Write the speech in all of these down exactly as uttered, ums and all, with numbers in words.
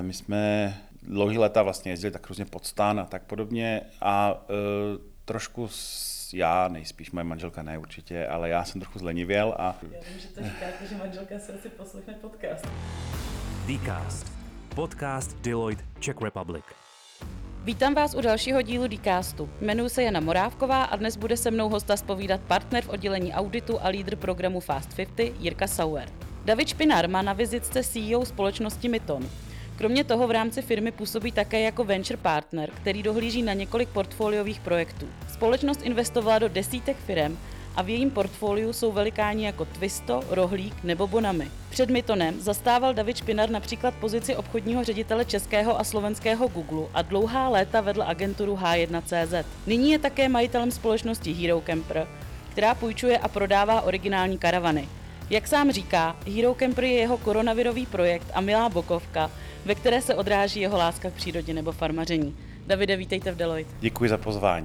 My jsme dlouhý léta vlastně jezdili tak různě pod stan a tak podobně a uh, trošku s, já, nejspíš moje manželka ne určitě, ale já jsem trochu zlenivěl a... Já vím, že to říkáte, že manželka si asi poslechne podcast. Dcast. Podcast Deloitte Czech Republic. Vítám vás u dalšího dílu Dcastu. Jmenuji se Jana Morávková a dnes bude se mnou hosta zpovídat partner v oddělení auditu a lídr programu Fast padesát Jirka Sauer. David Špinár má na vizitce C E O společnosti Myton. Kromě toho v rámci firmy působí také jako venture partner, který dohlíží na několik portfoliových projektů. Společnost investovala do desítek firem a v jejím portfoliu jsou velikáni jako Twisto, Rohlík nebo Bonami. Před Mytonem zastával David Špinár například pozici obchodního ředitele českého a slovenského Google a dlouhá léta vedl agenturu H jedna tečka cé zet. Nyní je také majitelem společnosti Hero Camper, která půjčuje a prodává originální karavany. Jak sám říká, Hero Camper je jeho koronavirový projekt a milá bokovka, ve které se odráží jeho láska k přírodě nebo farmaření. Davide, vítejte v Deloitte. Děkuji za pozvání.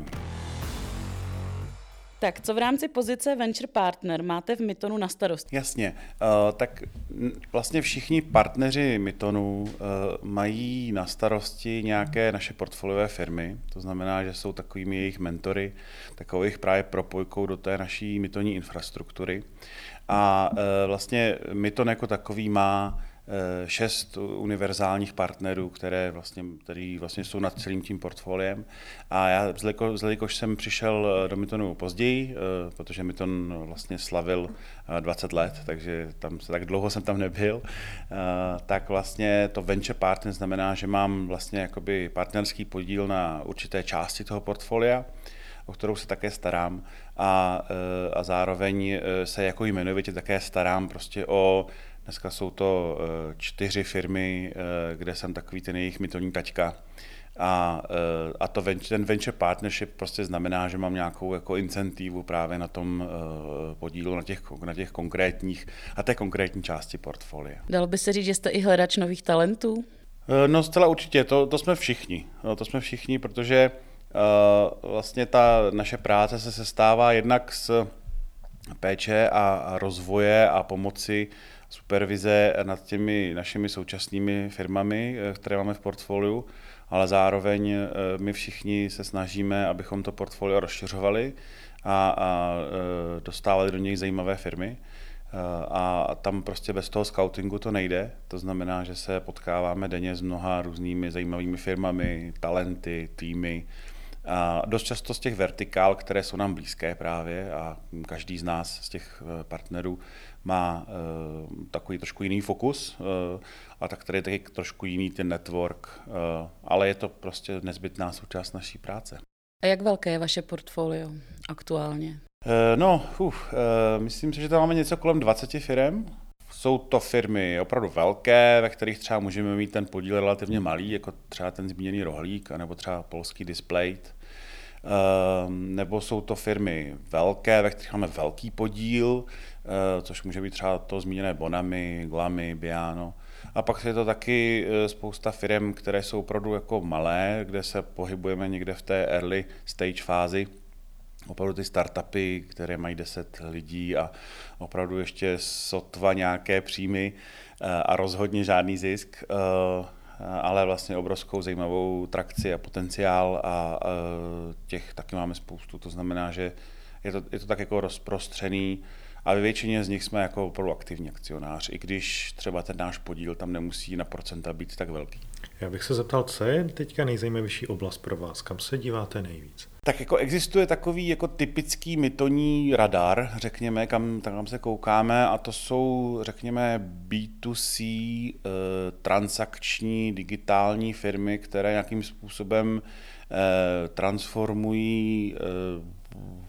Tak, co v rámci pozice Venture Partner máte v Mytonu na starosti? Jasně, uh, tak vlastně všichni partneři Mytonu uh, mají na starosti nějaké naše portfoliové firmy, to znamená, že jsou takovými jejich mentory, takových právě propojkou do té naší mytonní infrastruktury. A uh, vlastně Myton jako takový má šest univerzálních partnerů, které vlastně, který vlastně jsou nad celým tím portfoliem. A já, jelikož jsem přišel do Mytonu později, protože Myton vlastně slavil dvacet let, takže tam tak dlouho jsem tam nebyl, tak vlastně to venture partner znamená, že mám vlastně jakoby partnerský podíl na určité části toho portfolia, o kterou se také starám a, a zároveň se jako jmenovitě také starám prostě o dneska jsou to čtyři firmy, kde jsem takový ten jejich mytonní taťka. A, a to venture, ten venture partnership prostě znamená, že mám nějakou jako incentivu právě na tom podílu, na těch, na těch konkrétních a té konkrétní části portfolia. Dalo by se říct, že jste i hledač nových talentů? No zcela určitě, to, to jsme všichni. No, to jsme všichni, protože uh, vlastně ta naše práce se sestává jednak z péče a, a rozvoje a pomoci supervize nad těmi našimi současnými firmami, které máme v portfoliu, ale zároveň my všichni se snažíme, abychom to portfolio rozšiřovali a, a dostávali do něj zajímavé firmy. A tam prostě bez toho scoutingu to nejde. To znamená, že se potkáváme denně s mnoha různými zajímavými firmami, talenty, týmy. A dost často z těch vertikál, které jsou nám blízké právě a každý z nás, z těch partnerů, má uh, takový trošku jiný fokus uh, a tak tady je taky trošku jiný ten network, uh, ale je to prostě nezbytná součást naší práce. A jak velké je vaše portfolio aktuálně? Uh, no, uh, uh, myslím si, že tam máme něco kolem dvacet firem. Jsou to firmy opravdu velké, ve kterých třeba můžeme mít ten podíl relativně malý, jako třeba ten zmíněný Rohlík, nebo třeba polský Displate. Uh, nebo jsou to firmy velké, ve kterých máme velký podíl, uh, což může být třeba to zmíněné Bonami, Glamy, Biano. A pak je to taky spousta firm, které jsou opravdu jako malé, kde se pohybujeme někde v té early stage fázi. Opravdu ty startupy, které mají deset lidí a opravdu ještě sotva nějaké příjmy a rozhodně žádný zisk, ale vlastně obrovskou zajímavou trakci a potenciál a těch taky máme spoustu. To znamená, že je to, je to tak jako rozprostřený a ve většině z nich jsme jako opravdu aktivní akcionář, i když třeba ten náš podíl tam nemusí na procenta být tak velký. Já bych se zeptal, co je teďka nejzajímavější oblast pro vás? Kam se díváte nejvíc? Tak jako existuje takový jako typický mytonní radar, řekněme, kam, kam se koukáme, a to jsou, řekněme, bé dvě cé e, transakční digitální firmy, které nějakým způsobem e, transformují e,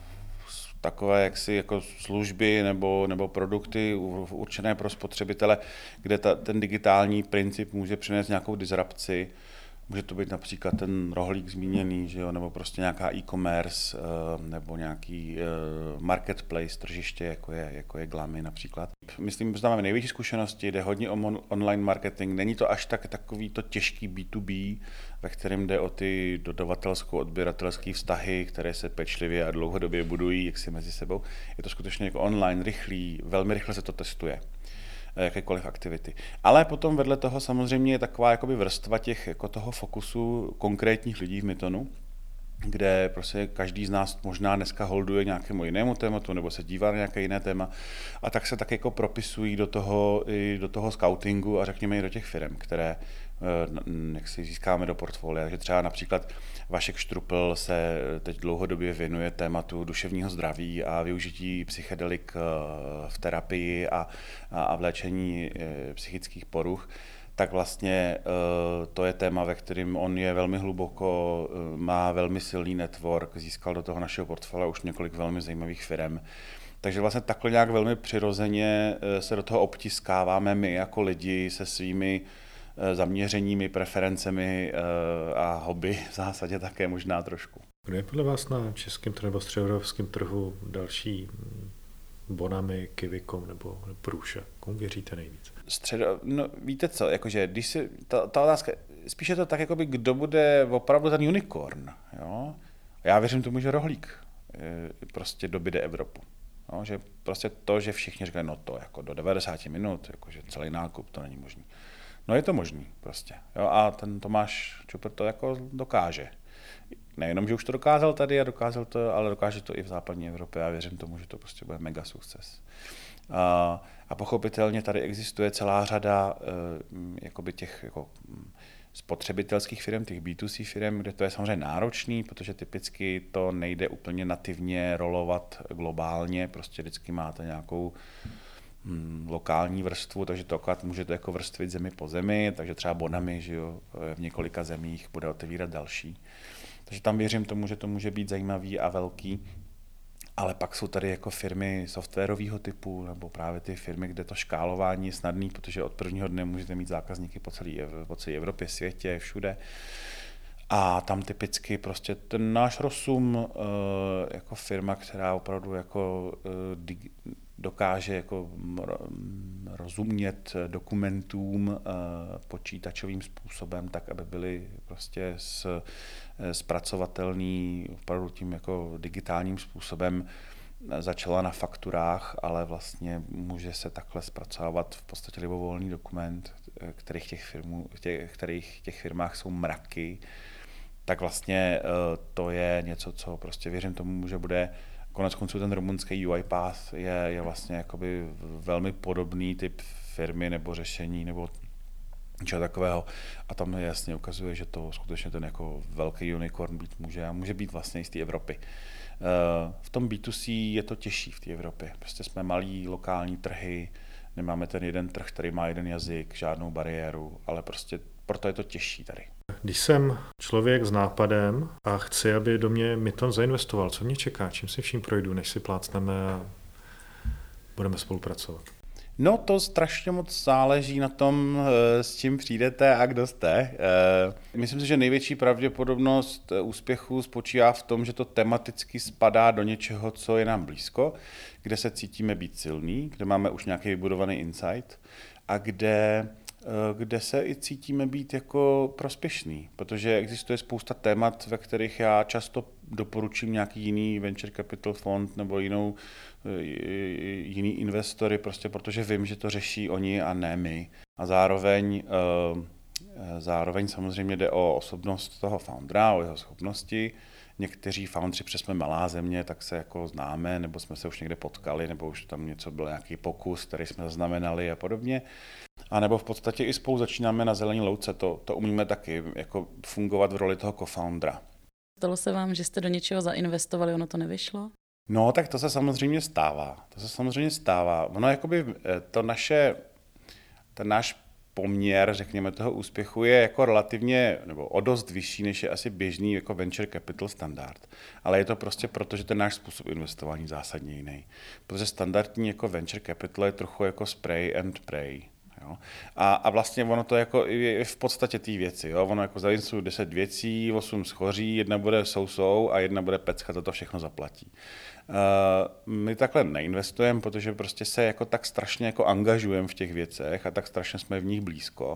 takové jaksi jako služby nebo, nebo produkty určené pro spotřebitele, kde ta, ten digitální princip může přinést nějakou disrupci. Může to být například ten Rohlík zmíněný, že jo? Nebo prostě nějaká e-commerce nebo nějaký marketplace, tržiště, jako je, jako je Glamy například. Myslím, že tam máme největší zkušenosti, jde hodně o online marketing. Není to až tak takový to těžký bé dvě bé, ve kterém jde o ty dodavatelsko-odběratelské vztahy, které se pečlivě a dlouhodobě budují jaksi mezi sebou. Je to skutečně jako online, rychlý, velmi rychle se to testuje. jakékoliv aktivity. Ale potom vedle toho samozřejmě je taková jakoby vrstva těch, jako toho fokusu konkrétních lidí v Mytonu, kde prostě každý z nás možná dneska holduje nějakému jinému tématu nebo se dívá na nějaké jiné téma a tak se tak jako propisují do toho, i do toho scoutingu a řekněme i do těch firm, které jak si získáme do portfolia. Takže třeba například Vašek Štrupl se teď dlouhodobě věnuje tématu duševního zdraví a využití psychedelik v terapii a, a v léčení psychických poruch. Tak vlastně to je téma, ve kterém on je velmi hluboko, má velmi silný network, získal do toho našeho portfolia už několik velmi zajímavých firem. Takže vlastně takhle nějak velmi přirozeně se do toho obtiskáváme my jako lidi se svými zaměřeními, preferencemi a hobby v zásadě také možná trošku. Kdo je podle vás na českém trhu nebo středoevropském trhu další Bonami, Kivikom nebo Průša? Komu věříte nejvíc? Středo, no víte co, jakože když si, ta, ta otázka, spíš je to tak, jakoby, kdo bude opravdu ten unicorn, jo? Já věřím tomu, že Rohlík prostě dobyde Evropu. Jo? Že prostě to, že všichni říkají, no to jako do devadesát minut, jakože celý nákup, to není možný. No je to možný prostě, jo? A ten Tomáš Čupr to jako dokáže. Nejenom, že už to dokázal tady a dokázal to, ale dokáže to i v západní Evropě. Já věřím tomu, že to prostě bude mega sukces. A, a pochopitelně tady existuje celá řada uh, jakoby těch jako, spotřebitelských firm, těch bé dvě cé firm, kde to je samozřejmě náročný, protože typicky to nejde úplně nativně rolovat globálně, prostě vždycky máte nějakou hm, lokální vrstvu, takže to akorát můžete jako vrstvit zemi po zemi, takže třeba Bonami, že jo, v několika zemích bude otevírat další. Takže tam věřím tomu, že to může být zajímavý a velký, ale pak jsou tady jako firmy softwarového typu nebo právě ty firmy, kde to škálování je snadný, protože od prvního dne můžete mít zákazníky po celé, po celé Evropě, světě, všude. A tam typicky prostě ten náš Rosum jako firma, která opravdu jako dokáže jako rozumět dokumentům počítačovým způsobem, tak aby byly prostě s, zpracovatelný opravdu tím jako digitálním způsobem. Začala na fakturách, ale vlastně může se takhle zpracovat v podstatě libovolný dokument, kterých těch, firmů, těch, kterých těch firmách jsou mraky. Tak vlastně to je něco, co prostě věřím tomu, že bude konec konců ten rumunský U I Path je, je vlastně jakoby velmi podobný typ firmy nebo řešení nebo něčeho takového a tam jasně ukazuje, že to skutečně ten jako velký unicorn být může a může být vlastně i z té Evropy. V tom bé dvě cé je to těžší v té Evropě. Prostě jsme malí lokální trhy, nemáme ten jeden trh, který má jeden jazyk, žádnou bariéru, ale prostě proto je to těžší tady. Když jsem člověk s nápadem a chci, aby do mě Myton zainvestoval, co mě čeká, čím si vším projdu, než si plácneme a budeme spolupracovat? No to strašně moc záleží na tom, s čím přijdete a kdo jste. Myslím si, že největší pravděpodobnost úspěchu spočívá v tom, že to tematicky spadá do něčeho, co je nám blízko, kde se cítíme být silný, kde máme už nějaký vybudovaný insight a kde kde se i cítíme být jako prospěšný, protože existuje spousta témat, ve kterých já často doporučím nějaký jiný venture capital fond nebo jinou, jiný investory, prostě protože vím, že to řeší oni a ne my. A zároveň, zároveň samozřejmě jde o osobnost toho foundera, o jeho schopnosti. Někteří foundři, přes jsme malá země, tak se jako známe, nebo jsme se už někde potkali, nebo už tam něco byl nějaký pokus, který jsme zaznamenali a podobně. A nebo v podstatě i spolu začínáme na zelený louce, to, to umíme taky jako fungovat v roli toho co-foundera. Stalo se vám, že jste do něčeho zainvestovali, ono to nevyšlo? No, tak to se samozřejmě stává. To se samozřejmě stává. Ono jakoby to naše, ten náš poměr, řekněme, toho úspěchu je jako relativně, nebo o dost vyšší, než je asi běžný jako venture capital standard. Ale je to prostě proto, že ten náš způsob investování zásadně jiný. Protože standardní jako venture capital je trochu jako spray and pray. Jo? A, a vlastně ono to jako je v podstatě té věci. Jo? Ono jako zainvestuju deset věcí, osm schoří, jedna bude sousou a jedna bude pecka, to to všechno zaplatí. Uh, my takhle neinvestujeme, protože prostě se jako tak strašně jako angažujeme v těch věcech a tak strašně jsme v nich blízko,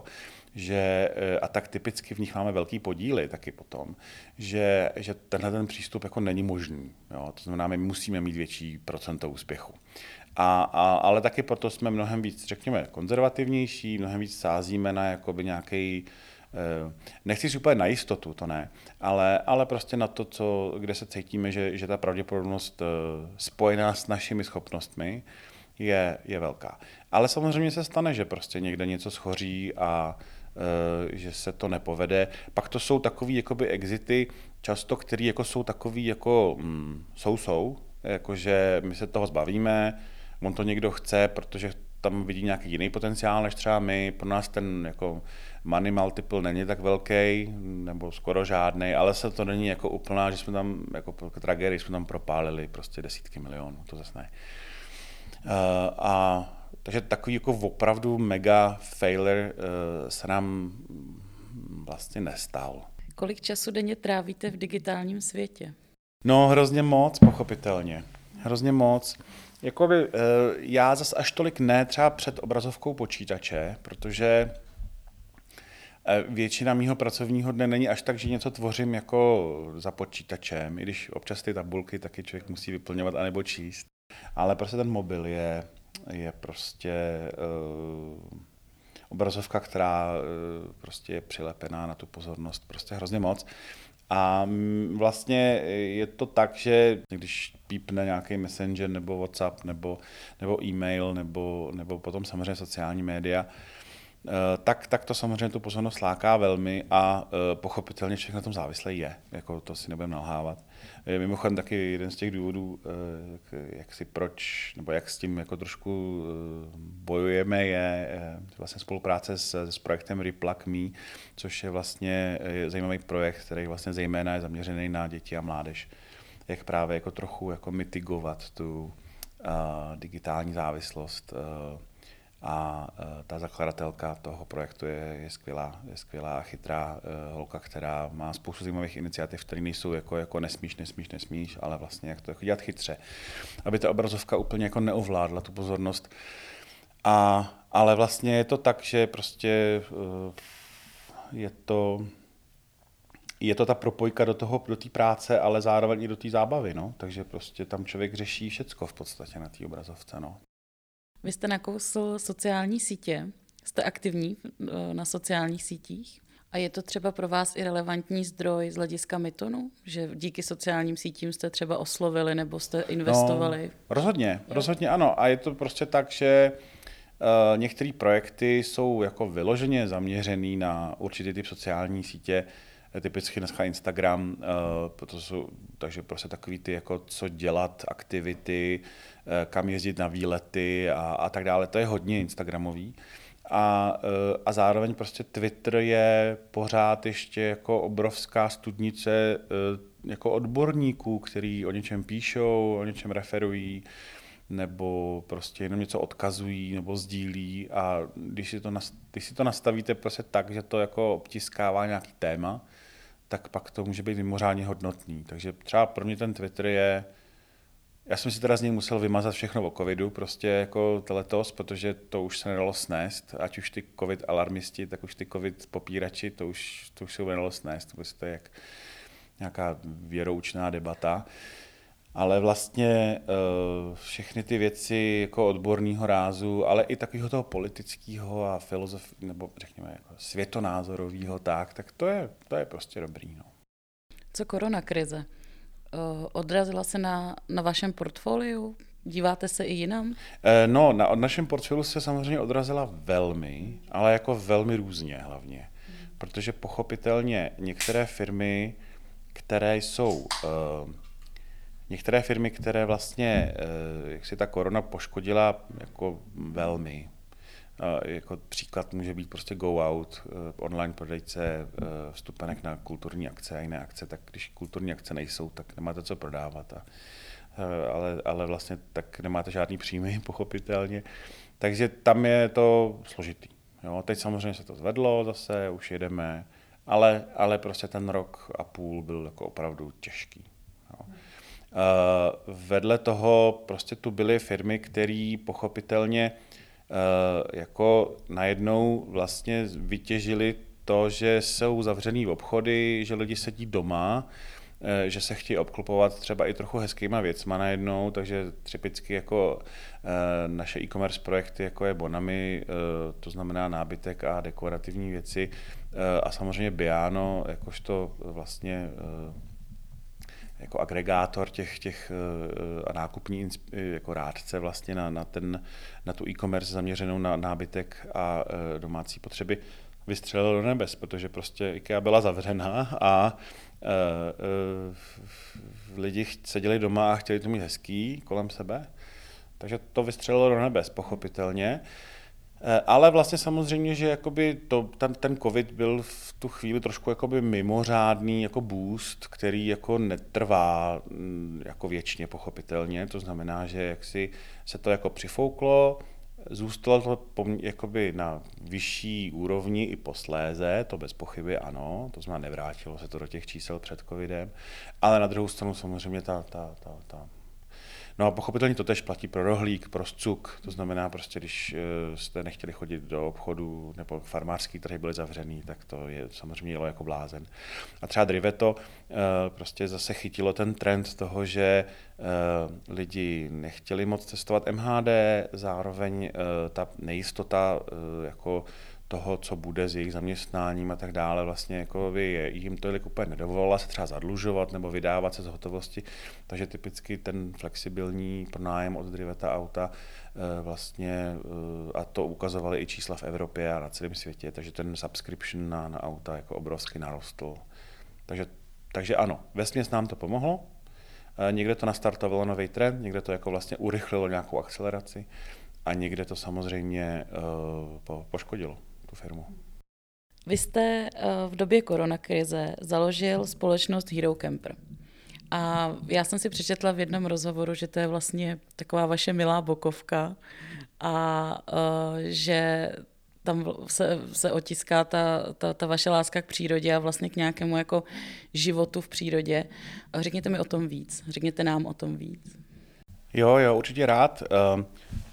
že, a tak typicky v nich máme velký podíly taky potom, že, že tenhle ten přístup jako není možný. Jo? To znamená, my musíme mít větší procento úspěchu. A, a, ale taky proto jsme mnohem víc, řekněme, konzervativnější, mnohem víc sázíme na jakoby nějaký, nechci si úplně na jistotu, to ne, ale, ale prostě na to, co, kde se cítíme, že, že ta pravděpodobnost spojená s našimi schopnostmi je, je velká. Ale samozřejmě se stane, že prostě někde něco schoří a e, že se to nepovede. Pak to jsou takový jakoby exity, často, který jako jsou takový jako mm, jsou-jsou, jakože my se toho zbavíme, on to někdo chce, protože tam vidí nějaký jiný potenciál než třeba my. Pro nás ten jako money multiple není tak velký, nebo skoro žádný, ale se to není jako úplná, že jsme tam jako tragédii jsme tam propálili prostě desítky milionů, to zase ne. Uh, a takže takový jako opravdu mega failure uh, se nám vlastně nestal. Kolik času denně trávíte v digitálním světě? No hrozně moc, pochopitelně. Hrozně moc. Jakoby, uh, já zas až tolik ne třeba před obrazovkou počítače, protože uh, většina mýho pracovního dne není až tak, že něco tvořím jako za počítačem, i když občas ty tabulky taky člověk musí vyplňovat anebo číst. Ale prostě ten mobil je, je prostě uh, obrazovka, která uh, prostě je přilepená na tu pozornost prostě hrozně moc. A vlastně je to tak, že když pípne nějaký messenger nebo WhatsApp nebo, nebo e-mail nebo, nebo potom samozřejmě sociální média, tak, tak to samozřejmě tu pozornost láká velmi a pochopitelně člověk na tom závislý je, jako to si nebudeme nalhávat. Mimochodem taky jeden z těch důvodů, jak si proč, nebo jak s tím jako trošku bojujeme, je vlastně spolupráce s, s projektem Replug Me, což je vlastně zajímavý projekt, který vlastně zejména je zaměřený na děti a mládež. Jak právě jako trochu jako mitigovat tu uh, digitální závislost. Uh, A ta zakladatelka toho projektu je, je skvělá, je skvělá a chytrá uh, holka, která má spoustu zajímavých iniciativ, které nejsou jako, jako nesmíš, nesmíš, nesmíš, ale vlastně jak to jako dělat chytře. Aby ta obrazovka úplně jako neovládla tu pozornost. A, ale vlastně je to tak, že prostě uh, je to... Je to ta propojka do toho, do té práce, ale zároveň i do té zábavy, no. Takže prostě tam člověk řeší všecko v podstatě na té obrazovce, no. Vy jste nakousl sociální sítě, jste aktivní na sociálních sítích a je to třeba pro vás i relevantní zdroj z hlediska Mytonu, že díky sociálním sítím jste třeba oslovili nebo jste investovali? No, rozhodně, jo. rozhodně ano. A je to prostě tak, že uh, některé projekty jsou jako vyloženě zaměřený na určitý typ sociální sítě, typicky dneska Instagram, uh, to jsou, takže prostě takový ty, jako co dělat, aktivity, uh, kam jezdit na výlety a, a tak dále. To je hodně instagramový. A, uh, a zároveň prostě Twitter je pořád ještě jako obrovská studnice uh, jako odborníků, který o něčem píšou, o něčem referují, nebo prostě jenom něco odkazují nebo sdílí a když si to, když si to nastavíte prostě tak, že to jako obtiskává nějaký téma, tak pak to může být mimořádně hodnotný. Takže třeba pro mě ten Twitter je, já jsem si teda z něj musel vymazat všechno o covidu, prostě jako letos, protože to už se nedalo snést, ať už ty covid alarmisti, tak už ty covid popírači, to už, to už se nedalo snést, to je jak nějaká věroučná debata. Ale vlastně uh, všechny ty věci jako odborného rázu, ale i takového toho politického a filozof, nebo řekněme jako světonázorového, tak, tak to je, to je prostě dobrý. No. Co koronakrize? Uh, odrazila se na, na vašem portfoliu? Díváte se i jinam? Uh, no, na našem portfoliu se samozřejmě odrazila velmi, ale jako velmi různě hlavně. Hmm. Protože pochopitelně některé firmy, které jsou... Uh, Některé firmy, které vlastně, jak si ta korona poškodila jako velmi, jako příklad může být prostě Go Out, online prodejce vstupenek na kulturní akce a jiné akce, tak když kulturní akce nejsou, tak nemáte co prodávat, a, ale, ale vlastně tak nemáte žádný příjmy, pochopitelně. Takže tam je to složitý. Jo, teď samozřejmě se to zvedlo zase, už jedeme, ale, ale prostě ten rok a půl byl jako opravdu těžký. Jo. Uh, vedle toho prostě tu byly firmy, které pochopitelně jako najednou vlastně vytěžili to, že jsou zavřený obchody, že lidi sedí doma, že se chtějí obklopovat třeba i trochu hezkýma věcma najednou, takže typicky jako naše e-commerce projekty, jako je Bonami, to znamená nábytek a dekorativní věci, a samozřejmě Biano, jakožto vlastně jako agregátor těch, těch a nákupní jako rádce vlastně na, na, ten, na tu e-commerce zaměřenou na nábytek a domácí potřeby, vystřelilo do nebes, protože prostě IKEA byla zavřená a uh, uh, lidi seděli doma a chtěli to mít hezký kolem sebe, takže to vystřelilo do nebes, pochopitelně. Ale vlastně samozřejmě, že jakoby to, ten, ten covid byl v tu chvíli trošku jakoby mimořádný jako boost, který jako netrvá jako věčně, pochopitelně. To znamená, že jaksi se to jako přifouklo, zůstalo to jakoby na vyšší úrovni i posléze, to bez pochyby ano, to znamená nevrátilo se to do těch čísel před covidem, ale na druhou stranu samozřejmě ta, ta, ta, ta No a pochopitelně to tež platí pro rohlík, pro scuk, to znamená prostě, když jste nechtěli chodit do obchodu nebo farmářský trhy byly zavřený, tak to je samozřejmě jelo jako blázen. A třeba Driveto prostě zase chytilo ten trend toho, že lidi nechtěli moc cestovat M H D, zároveň ta nejistota jako toho, co bude s jejich zaměstnáním a tak dále, vlastně jako by jim to úplně nedovolila se třeba zadlužovat nebo vydávat se z hotovosti, takže typicky ten flexibilní pronájem od Driveta auta vlastně, a to ukazovaly i čísla v Evropě a na celém světě, takže ten subscription na, na auta jako obrovsky narostl. Takže, takže ano, vesměs nám to pomohlo, někde to nastartovalo nový trend, někde to jako vlastně urychlilo nějakou akceleraci a někde to samozřejmě uh, poškodilo tu firmu. Vy jste v době koronakrize založil společnost Hero Camper. A já jsem si přečetla v jednom rozhovoru, že to je vlastně taková vaše milá bokovka a uh, že tam se, se otiská ta, ta, ta vaše láska k přírodě a vlastně k nějakému jako životu v přírodě. Řekněte mi o tom víc. Řekněte nám o tom víc. Jo, jo, určitě rád. Uh...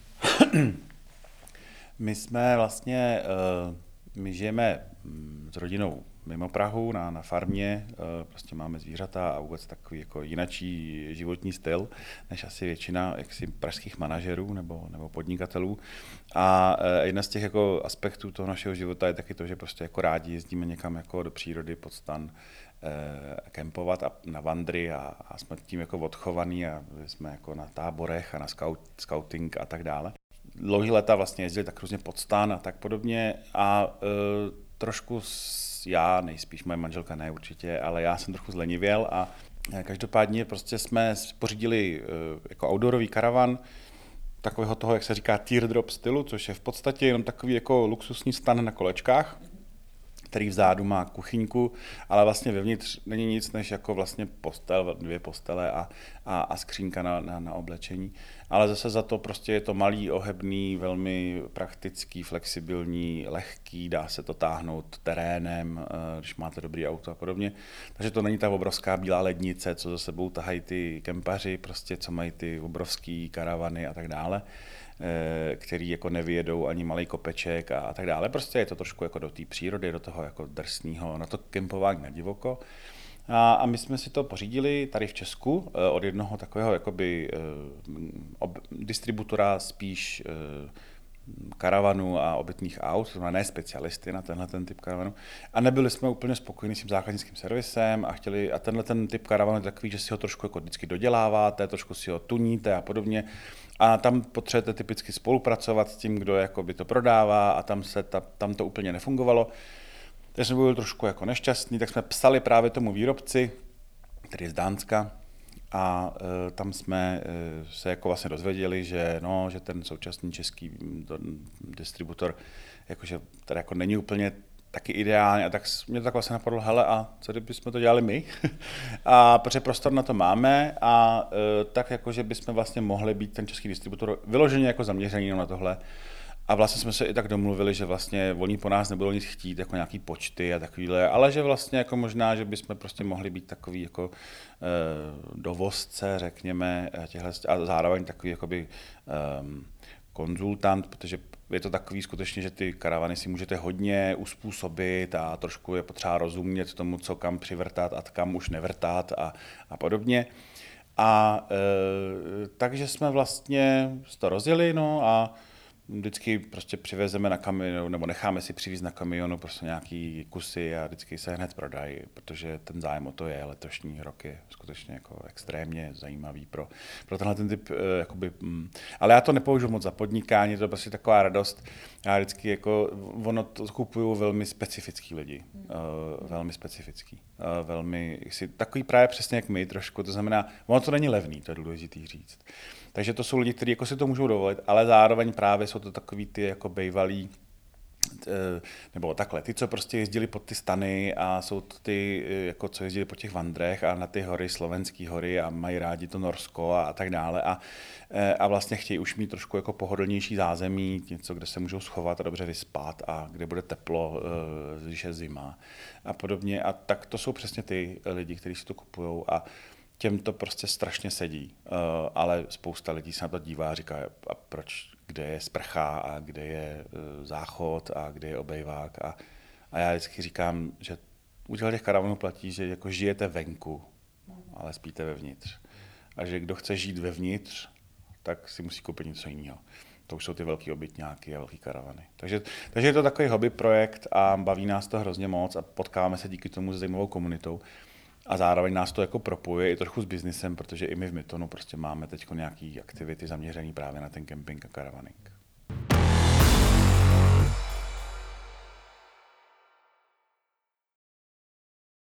My jsme vlastně, my žijeme s rodinou mimo Prahu, na, na farmě, prostě máme zvířata a vůbec takový jako jinačí životní styl, než asi většina jaksi pražských manažerů nebo, nebo podnikatelů. A jedna z těch jako aspektů toho našeho života je taky to, že prostě jako rádi jezdíme někam jako do přírody pod stan, kempovat a na vandry a, a jsme tím jako odchovaní a jsme jako na táborech a na scout, scouting a tak dále. Dlouhý léta vlastně jezdili tak různě pod stan a tak podobně a e, trošku s, já, nejspíš moje manželka ne určitě, ale já jsem trochu zlenivěl a každopádně prostě jsme pořídili e, jako outdoorový karavan takového toho, jak se říká teardrop stylu, což je v podstatě jenom takový jako luxusní stan na kolečkách, který vzadu má kuchyňku, ale vlastně vevnitř není nic než jako vlastně postel, dvě postele a, a, a skřínka na, na, na oblečení. Ale zase za to prostě je to malý, ohebný, velmi praktický, flexibilní, lehký, dá se to táhnout terénem, když máte dobrý auto a podobně. Takže to není ta obrovská bílá lednice, co za sebou tahají ty kempaři, prostě co mají ty obrovský karavany a tak dále, který jako nevyjedou ani malý kopeček a, a tak dále. Prostě je to trošku jako do té přírody, do toho jako drsného, na to kempování na divoko. A, a my jsme si to pořídili tady v Česku od jednoho takového jakoby ob, distributora spíš karavanu a obytných aut, to ne specialisty na tenhle ten typ karavanu. A nebyli jsme úplně spokojení s tím zákaznickým servisem a chtěli, a tenhle ten typ karavanu je takový, že si ho trošku jako vždycky doděláváte, trošku si ho tuníte a podobně. A tam potřebujete typicky spolupracovat s tím, kdo jakoby to prodává a tam, se ta, tam to úplně nefungovalo. Takže jsme byli trošku jako nešťastní, tak jsme psali právě tomu výrobci, který je z Dánska, a e, tam jsme e, se jako vlastně dozvěděli, že, no, že ten současný český distributor jakože tady jako není úplně taky ideální, a tak mě to tak vlastně napadlo, hele, a co kdybychom to dělali my? A protože prostor na to máme a e, tak jako, že bychom vlastně mohli být ten český distributor vyloženě jako zaměřený na tohle. A vlastně jsme se i tak domluvili, že vlastně oni po nás nebudou nic chtít, jako nějaký počty a takovýhle, ale že vlastně jako možná, že bychom prostě mohli být takový jako e, dovozce, řekněme, těhle, a zároveň takový jakoby e, konzultant, protože je to takový skutečně, že ty karavany si můžete hodně uspůsobit a trošku je potřeba rozumět tomu, co kam přivrtat a kam už nevrtat a, a podobně. A e, takže jsme vlastně to rozjeli, no a vždycky prostě přivezeme na kamionu, nebo necháme si přivést na kamionu prostě nějaký kusy a vždycky se hned prodají, protože ten zájem o to je. Letošní rok je skutečně jako extrémně zajímavý pro, pro tenhle ten typ, eh, jakoby, mm. Ale já to nepoužiju moc za podnikání, to je prostě taková radost. Já vždycky jako, ono to kupuju velmi specifický lidi, uh, velmi specifický, uh, velmi, si, takový právě přesně jak my trošku, to znamená, ono to není levný, to je důležitý říct. Takže to jsou lidi, kteří jako si to můžou dovolit, ale zároveň právě jsou to takový ty jako bejvalí, nebo takhle, ty, co prostě jezdili pod ty stany a jsou to ty, jako co jezdili po těch vandrech a na ty hory, slovenský hory a mají rádi to Norsko a, a tak dále a, a vlastně chtějí už mít trošku jako pohodlnější zázemí, něco, kde se můžou schovat a dobře vyspat a kde bude teplo, když je zima a podobně. A tak to jsou přesně ty lidi, kteří si to kupujou a těm to prostě strašně sedí, uh, ale spousta lidí se na to dívá a říká, a proč, kde je sprcha a kde je uh, záchod a kde je obejvák. A, a já vždycky říkám, že u těch karavanů platí, že jako žijete venku, ale spíte vevnitř. A že kdo chce žít vevnitř, tak si musí koupit něco jiného. To už jsou ty velký obytňáky a velký karavany. Takže, takže je to takový hobby projekt a baví nás to hrozně moc a potkáváme se díky tomu s zajímavou komunitou. A zároveň nás to jako propojuje i trochu s biznisem, protože i my v Mytonu prostě máme teď nějaké aktivity zaměřené právě na ten kemping a karavaning.